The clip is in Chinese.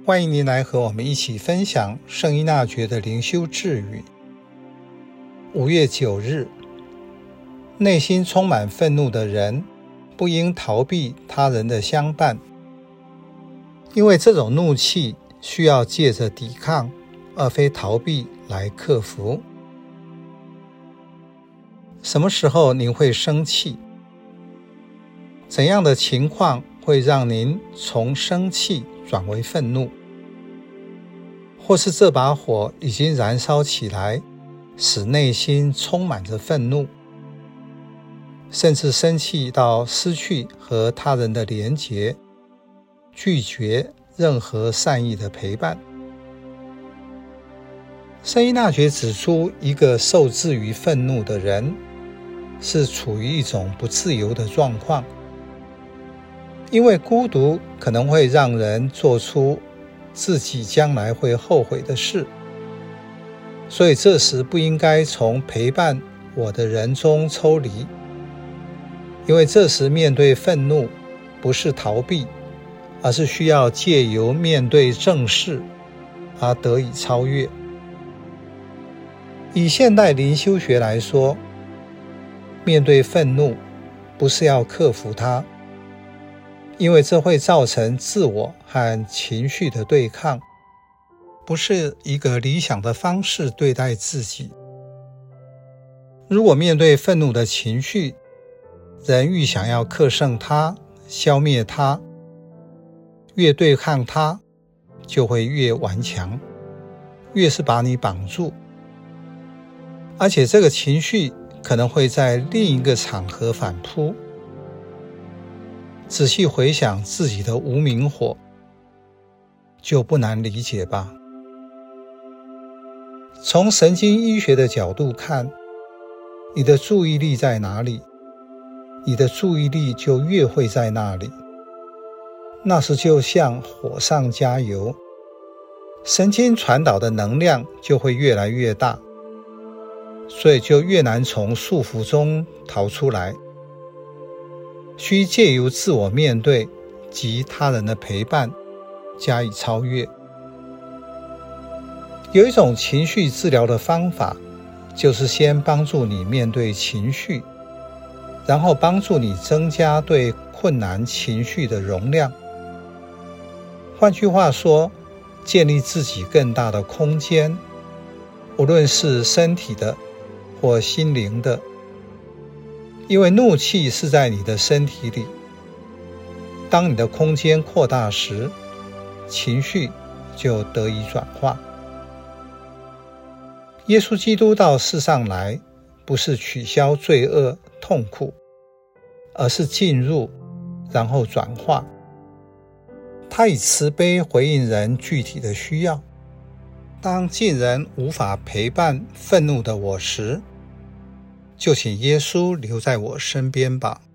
欢迎您来和我们一起分享圣依纳爵的灵修智语。5月9日，内心充满愤怒的人不应逃避他人的相伴，因为这种怒气需要借着抵抗而非逃避来克服。什么时候您会生气？怎样的情况会让您从生气转为愤怒？或是这把火已经燃烧起来，使内心充满着愤怒，甚至生气到失去和他人的连结，拒绝任何善意的陪伴。圣依纳爵指出，一个受制于愤怒的人是处于一种不自由的状况，因为孤独可能会让人做出自己将来会后悔的事，所以这时不应该从陪伴我的人中抽离，因为这时面对愤怒不是逃避，而是需要借由面对正视而得以超越。以现代灵修学来说，面对愤怒不是要克服它，因为这会造成自我和情绪的对抗，不是一个理想的方式对待自己。如果面对愤怒的情绪，人愈想要克胜它、消灭它，越对抗它，就会越顽强，越是把你绑住。而且这个情绪可能会在另一个场合反扑。仔细回想自己的无明火，就不难理解吧。从神经医学的角度看，你的注意力在哪里，你的注意力就越会在那里。那时就像火上加油，神经传导的能量就会越来越大，所以就越难从束缚中逃出来，需借由自我面对及他人的陪伴加以超越。有一种情绪治疗的方法，就是先帮助你面对情绪，然后帮助你增加对困难情绪的容量。换句话说，建立自己更大的空间，无论是身体的或心灵的，因为怒气是在你的身体里。当你的空间扩大时，情绪就得以转化。耶稣基督到世上来，不是取消罪恶痛苦，而是进入，然后转化。他以慈悲回应人具体的需要。当近人无法陪伴愤怒的我时，就请耶稣留在我身边吧。